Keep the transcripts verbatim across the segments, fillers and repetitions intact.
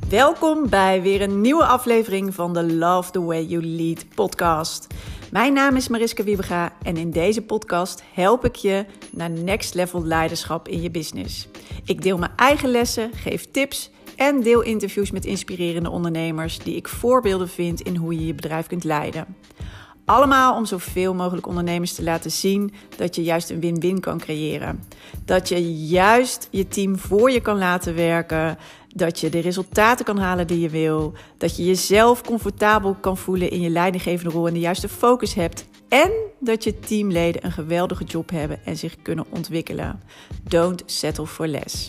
Welkom bij weer een nieuwe aflevering van de Love the Way You Lead podcast. Mijn naam is Mariska Wiebega en in deze podcast help ik je naar next level leiderschap in je business. Ik deel mijn eigen lessen, geef tips en deel interviews met inspirerende ondernemers die ik voorbeelden vind in hoe je je bedrijf kunt leiden. Allemaal om zoveel mogelijk ondernemers te laten zien dat je juist een win-win kan creëren. Dat je juist je team voor je kan laten werken. Dat je de resultaten kan halen die je wil. Dat je jezelf comfortabel kan voelen in je leidinggevende rol en de juiste focus hebt. En dat je teamleden een geweldige job hebben en zich kunnen ontwikkelen. Don't settle for less.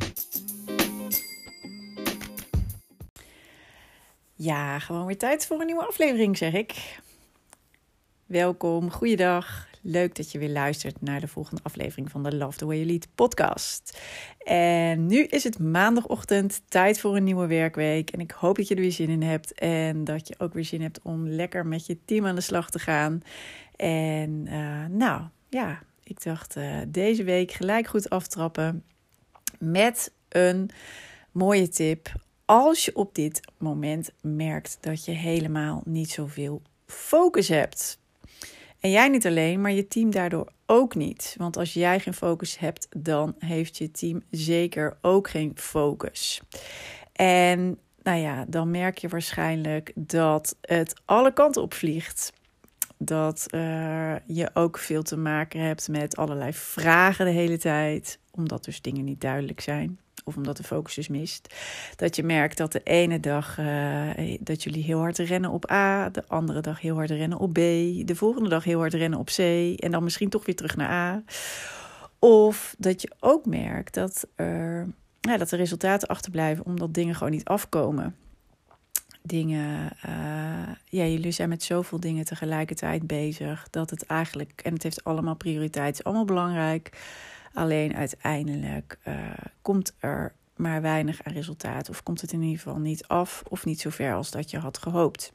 Ja, gewoon weer tijd voor een nieuwe aflevering, zeg ik. Welkom, goeiedag. Leuk dat je weer luistert naar de volgende aflevering van de Love the Way You Lead podcast. En nu is het maandagochtend, tijd voor een nieuwe werkweek. En ik hoop dat je er weer zin in hebt en dat je ook weer zin hebt om lekker met je team aan de slag te gaan. En uh, nou ja, ik dacht uh, deze week gelijk goed aftrappen met een mooie tip. Als je op dit moment merkt dat je helemaal niet zoveel focus hebt. En jij niet alleen, maar je team daardoor ook niet. Want als jij geen focus hebt, dan heeft je team zeker ook geen focus. En nou ja, dan merk je waarschijnlijk dat het alle kanten op vliegt. Dat uh, je ook veel te maken hebt met allerlei vragen de hele tijd. Omdat dus dingen niet duidelijk zijn. Of omdat de focus dus mist. Dat je merkt dat de ene dag uh, dat jullie heel hard rennen op A. De andere dag heel hard rennen op B. De volgende dag heel hard rennen op C. En dan misschien toch weer terug naar A. Of dat je ook merkt dat, er, ja, dat de resultaten achterblijven. Omdat dingen gewoon niet afkomen. Dingen, uh, ja, jullie zijn met zoveel dingen tegelijkertijd bezig. Dat het eigenlijk, en het heeft allemaal prioriteit. Het is allemaal belangrijk. Alleen uiteindelijk uh, komt er maar weinig aan resultaat. Of komt het in ieder geval niet af. Of niet zo ver als dat je had gehoopt.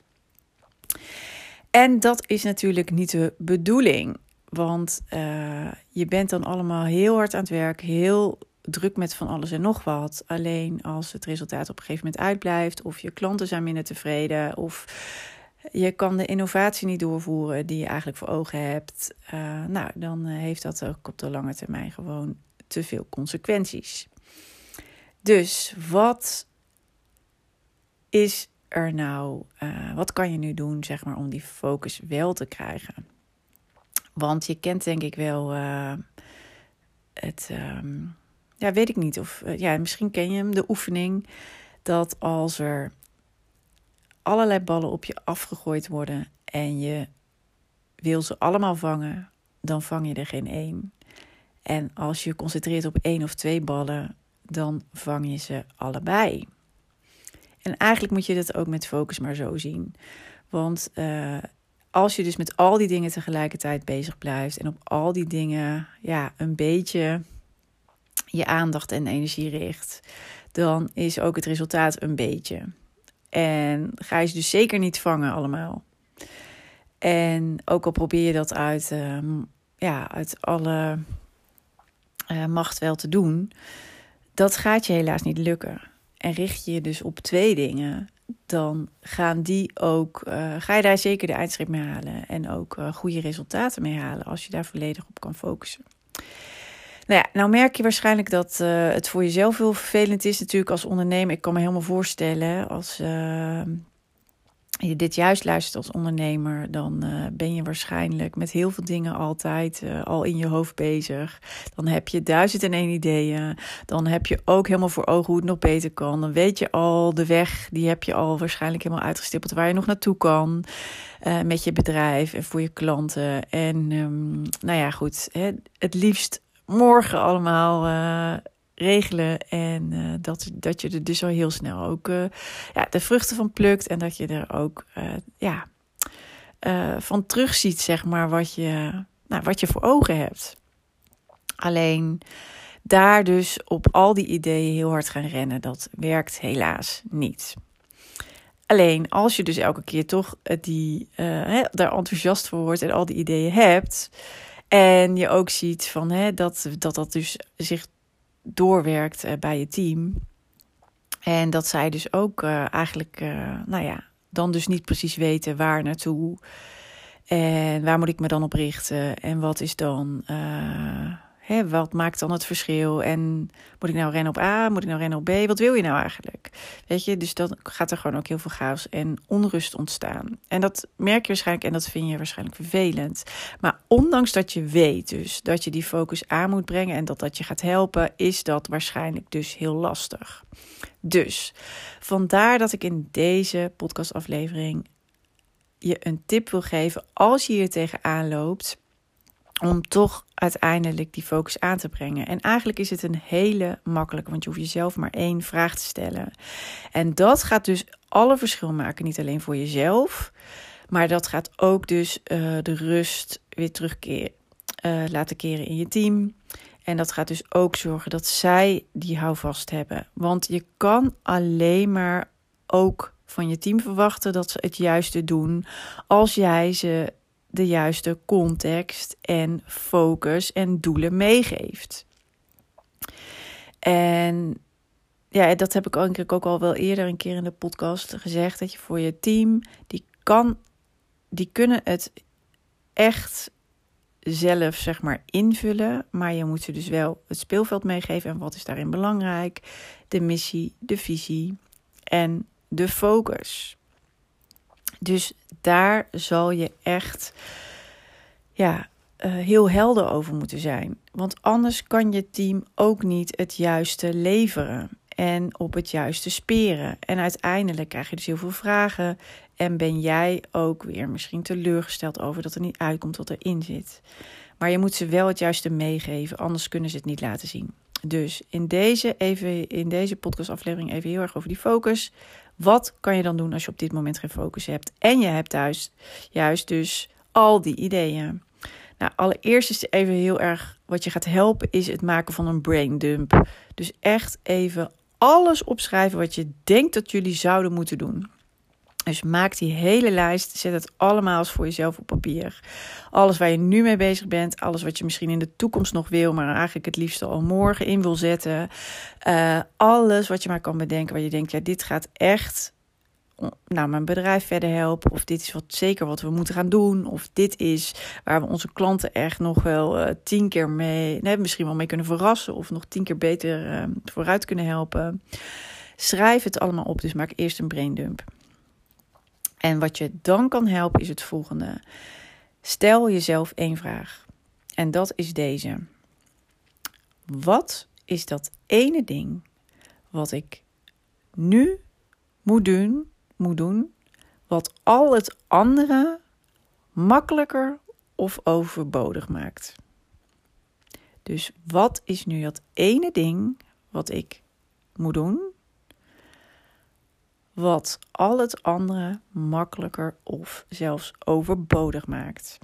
En dat is natuurlijk niet de bedoeling. Want uh, je bent dan allemaal heel hard aan het werk. Heel druk met van alles en nog wat. Alleen als het resultaat op een gegeven moment uitblijft. Of je klanten zijn minder tevreden. Of je kan de innovatie niet doorvoeren die je eigenlijk voor ogen hebt. Uh, nou, dan heeft dat ook op de lange termijn gewoon te veel consequenties. Dus wat is er nou, uh, wat kan je nu doen, zeg maar, om die focus wel te krijgen? Want je kent denk ik wel uh, het, um, ja, weet ik niet. Of uh, ja, misschien ken je hem, de oefening dat als er allerlei ballen op je afgegooid worden en je wil ze allemaal vangen, dan vang je er geen één. En als je je concentreert op één of twee ballen, dan vang je ze allebei. En eigenlijk moet je dat ook met focus maar zo zien. Want uh, als je dus met al die dingen tegelijkertijd bezig blijft en op al die dingen ja, een beetje je aandacht en energie richt, dan is ook het resultaat een beetje. En ga je ze dus zeker niet vangen allemaal. En ook al probeer je dat uit, uh, ja, uit alle uh, macht wel te doen, dat gaat je helaas niet lukken. En richt je je dus op twee dingen, dan gaan die ook, uh, ga je daar zeker de eindstreep mee halen. En ook uh, goede resultaten mee halen als je daar volledig op kan focussen. Nou ja, nou merk je waarschijnlijk dat uh, het voor jezelf heel vervelend is natuurlijk als ondernemer. Ik kan me helemaal voorstellen, als uh, je dit juist luistert als ondernemer, dan uh, ben je waarschijnlijk met heel veel dingen altijd uh, al in je hoofd bezig. Dan heb je duizend en één ideeën. Dan heb je ook helemaal voor ogen hoe het nog beter kan. Dan weet je al de weg, die heb je al waarschijnlijk helemaal uitgestippeld waar je nog naartoe kan. Uh, met je bedrijf en voor je klanten. En um, nou ja, goed, hè, het liefst morgen allemaal uh, regelen. En uh, dat, dat je er dus al heel snel ook uh, ja, de vruchten van plukt. En dat je er ook uh, ja, uh, van terugziet, zeg maar, wat je, nou, wat je voor ogen hebt. Alleen daar dus op al die ideeën heel hard gaan rennen, dat werkt helaas niet. Alleen als je dus elke keer toch die, uh, hè, daar enthousiast voor wordt en al die ideeën hebt, en je ook ziet van, hè, dat, dat dat dus zich doorwerkt uh, bij je team, En dat zij dus ook uh, eigenlijk, uh, nou ja, dan dus niet precies weten waar naartoe. En waar moet ik me dan op richten? En wat is dan, uh, hè, wat maakt dan het verschil? En moet ik nou rennen op A? Moet ik nou rennen op B? Wat wil je nou eigenlijk? Weet je, dus dan gaat er gewoon ook heel veel chaos en onrust ontstaan. En dat merk je waarschijnlijk en dat vind je waarschijnlijk vervelend. Maar ondanks dat je weet dus dat je die focus aan moet brengen en dat dat je gaat helpen, is dat waarschijnlijk dus heel lastig. Dus vandaar dat ik in deze podcastaflevering je een tip wil geven als je hier tegenaan loopt, om toch uiteindelijk die focus aan te brengen. En eigenlijk is het een hele makkelijke, want je hoeft jezelf maar één vraag te stellen. En dat gaat dus alle verschil maken, niet alleen voor jezelf, maar dat gaat ook dus uh, de rust weer terugkeren, uh, laten keren in je team. En dat gaat dus ook zorgen dat zij die houvast hebben. Want je kan alleen maar ook van je team verwachten dat ze het juiste doen als jij ze de juiste context en focus en doelen meegeeft. En ja, dat heb ik eigenlijk ook al wel eerder een keer in de podcast gezegd, dat je voor je team, die kan, die kunnen het echt zelf zeg maar invullen, maar je moet ze dus wel het speelveld meegeven. En wat is daarin belangrijk? De missie, de visie en de focus. Dus daar zal je echt ja, uh, heel helder over moeten zijn. Want anders kan je team ook niet het juiste leveren en op het juiste speren. En uiteindelijk krijg je dus heel veel vragen en ben jij ook weer misschien teleurgesteld over dat er niet uitkomt wat erin zit. Maar je moet ze wel het juiste meegeven, anders kunnen ze het niet laten zien. Dus in deze, even, in deze podcastaflevering even heel erg over die focus. Wat kan je dan doen als je op dit moment geen focus hebt? En je hebt thuis juist dus al die ideeën. Nou, allereerst is het even heel erg, wat je gaat helpen, is het maken van een brain dump. Dus echt even alles opschrijven wat je denkt dat jullie zouden moeten doen. Dus maak die hele lijst, zet het allemaal eens voor jezelf op papier. Alles waar je nu mee bezig bent, alles wat je misschien in de toekomst nog wil, maar eigenlijk het liefst al morgen in wil zetten. Uh, alles wat je maar kan bedenken, waar je denkt, ja, dit gaat echt nou, mijn bedrijf verder helpen. Of dit is wat, zeker wat we moeten gaan doen. Of dit is waar we onze klanten echt nog wel uh, tien keer mee, nee, misschien wel mee kunnen verrassen. Of nog tien keer beter uh, vooruit kunnen helpen. Schrijf het allemaal op, dus maak eerst een brain dump. En wat je dan kan helpen is het volgende. Stel jezelf één vraag. En dat is deze. Wat is dat ene ding wat ik nu moet doen, moet doen, wat al het andere makkelijker of overbodig maakt? Dus wat is nu dat ene ding wat ik moet doen, wat al het andere makkelijker of zelfs overbodig maakt?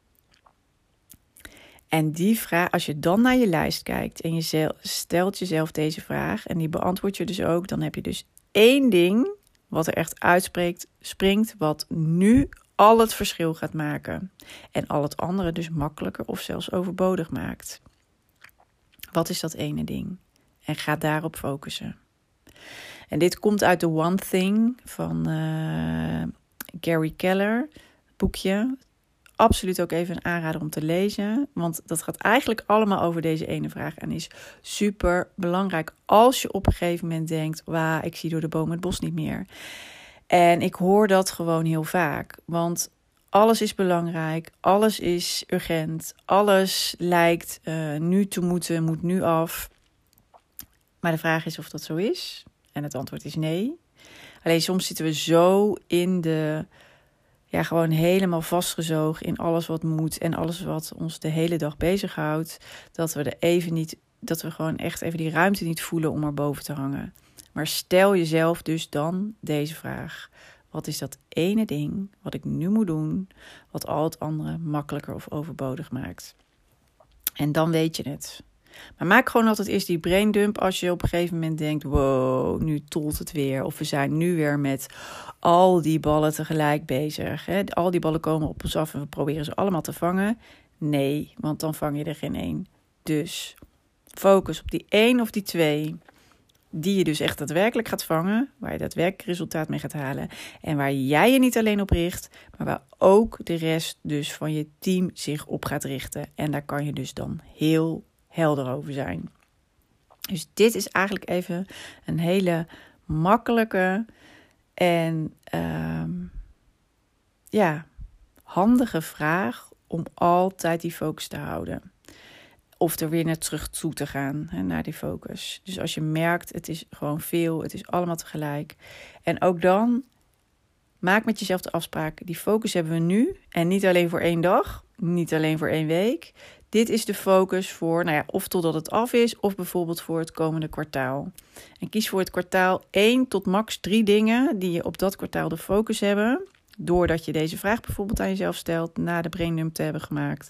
En die vraag, als je dan naar je lijst kijkt en je stelt jezelf deze vraag en die beantwoord je dus ook, dan heb je dus één ding wat er echt uitspreekt, springt, wat nu al het verschil gaat maken. En al het andere dus makkelijker of zelfs overbodig maakt. Wat is dat ene ding? En ga daarop focussen. En dit komt uit The One Thing van uh, Gary Keller, het boekje. Absoluut ook even een aanrader om te lezen. Want dat gaat eigenlijk allemaal over deze ene vraag. En is super belangrijk als je op een gegeven moment denkt, wauw, ik zie door de boom het bos niet meer. En ik hoor dat gewoon heel vaak. Want alles is belangrijk, alles is urgent, alles lijkt uh, nu te moeten, moet nu af. Maar de vraag is of dat zo is. En het antwoord is nee. Alleen soms zitten we zo in de, ja, gewoon helemaal vastgezogen in alles wat moet en alles wat ons de hele dag bezighoudt, dat we er even niet, dat we gewoon echt even die ruimte niet voelen om er boven te hangen. Maar stel jezelf dus dan deze vraag. Wat is dat ene ding wat ik nu moet doen, wat al het andere makkelijker of overbodig maakt? En dan weet je het. Maar maak gewoon altijd eerst die braindump als je op een gegeven moment denkt, wow, nu tolt het weer. Of we zijn nu weer met al die ballen tegelijk bezig. Hè? Al die ballen komen op ons af en we proberen ze allemaal te vangen. Nee, want dan vang je er geen één. Dus focus op die één of die twee. die je dus echt daadwerkelijk gaat vangen, waar je daadwerkelijk resultaat mee gaat halen en waar jij je niet alleen op richt, maar waar ook de rest dus van je team zich op gaat richten. En daar kan je dus dan heel helder over zijn. Dus dit is eigenlijk even een hele makkelijke en uh, ja, handige vraag om altijd die focus te houden. Of er weer naar terug toe te gaan, hè, naar die focus. Dus als je merkt, het is gewoon veel, het is allemaal tegelijk. En ook dan, maak met jezelf de afspraak, die focus hebben we nu. En niet alleen voor één dag, niet alleen voor één week. Dit is de focus voor, nou ja, of totdat het af is, of bijvoorbeeld voor het komende kwartaal. En kies voor het kwartaal één tot max drie dingen die je op dat kwartaal de focus hebben. Doordat je deze vraag bijvoorbeeld aan jezelf stelt, na de braindump te hebben gemaakt.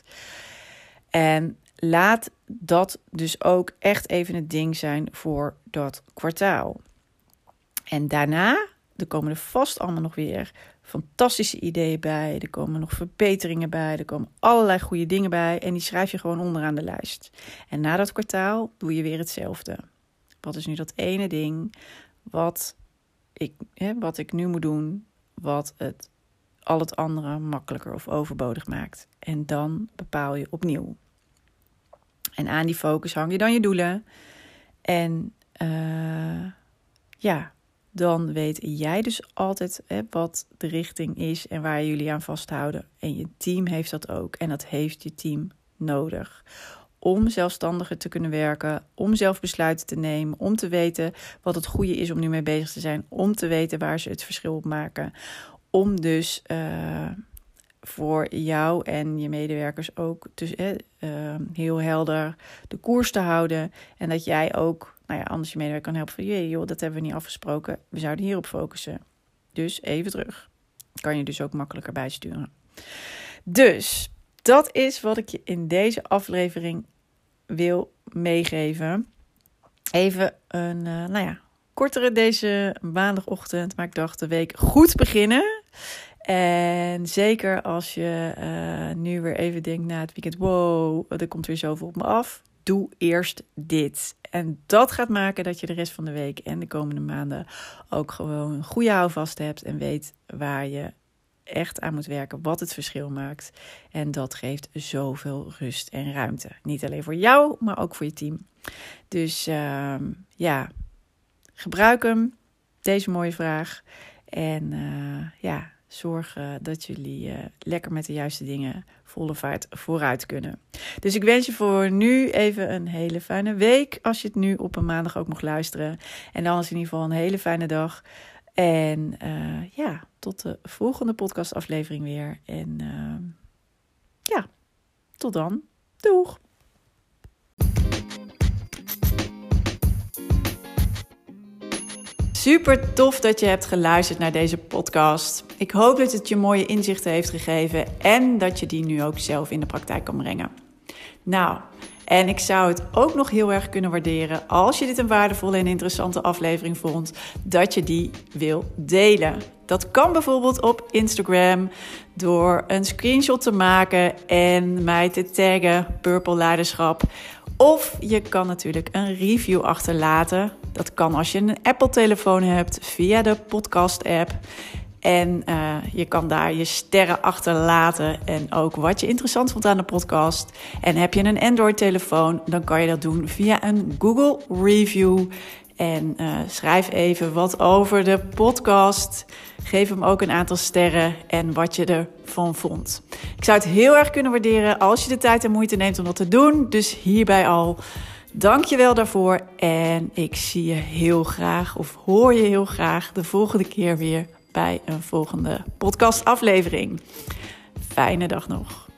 En laat dat dus ook echt even het ding zijn voor dat kwartaal. En daarna, er komen er vast allemaal nog weer fantastische ideeën bij. Er komen nog verbeteringen bij. Er komen allerlei goede dingen bij. En die schrijf je gewoon onderaan de lijst. En na dat kwartaal doe je weer hetzelfde. Wat is nu dat ene ding wat ik, hè, wat ik nu moet doen, wat het, al het andere makkelijker of overbodig maakt. En dan bepaal je opnieuw. En aan die focus hang je dan je doelen. En uh, ja, dan weet jij dus altijd hè, wat de richting is en waar jullie aan vasthouden. En je team heeft dat ook. En dat heeft je team nodig. Om zelfstandiger te kunnen werken, om zelf besluiten te nemen, om te weten wat het goede is om nu mee bezig te zijn. Om te weten waar ze het verschil op maken. Om dus Uh, voor jou en je medewerkers ook dus, eh, uh, heel helder de koers te houden. En dat jij ook, nou ja, anders je medewerker kan helpen van, jee, joh, dat hebben we niet afgesproken. We zouden hierop focussen. Dus even terug. Kan je dus ook makkelijker bijsturen. Dus dat is wat ik je in deze aflevering wil meegeven. Even een, uh, nou ja, kortere deze maandagochtend. Maar ik dacht de week goed beginnen. En zeker als je uh, nu weer even denkt na het weekend, wow, er komt weer zoveel op me af. Doe eerst dit. En dat gaat maken dat je de rest van de week en de komende maanden ook gewoon een goede houvast hebt. En weet waar je echt aan moet werken, wat het verschil maakt. En dat geeft zoveel rust en ruimte. Niet alleen voor jou, maar ook voor je team. Dus uh, ja, gebruik hem, deze mooie vraag. En uh, ja, zorg uh, dat jullie uh, lekker met de juiste dingen volle vaart vooruit kunnen. Dus ik wens je voor nu even een hele fijne week. Als je het nu op een maandag ook mocht luisteren. En dan is in ieder geval een hele fijne dag. En uh, ja, tot de volgende podcastaflevering weer. En uh, ja, tot dan. Doeg! Super tof dat je hebt geluisterd naar deze podcast. Ik hoop dat het je mooie inzichten heeft gegeven en dat je die nu ook zelf in de praktijk kan brengen. Nou, en ik zou het ook nog heel erg kunnen waarderen als je dit een waardevolle en interessante aflevering vond, dat je die wil delen. Dat kan bijvoorbeeld op Instagram door een screenshot te maken en mij te taggen, Purple Leiderschap. Of je kan natuurlijk een review achterlaten. Dat kan als je een Apple-telefoon hebt via de podcast-app. En uh, je kan daar je sterren achterlaten en ook wat je interessant vond aan de podcast. En heb je een Android-telefoon, dan kan je dat doen via een Google Review. En uh, schrijf even wat over de podcast. Geef hem ook een aantal sterren en wat je ervan vond. Ik zou het heel erg kunnen waarderen als je de tijd en moeite neemt om dat te doen. Dus hierbij al, dank je wel daarvoor. En ik zie je heel graag of hoor je heel graag de volgende keer weer bij een volgende podcastaflevering. Fijne dag nog.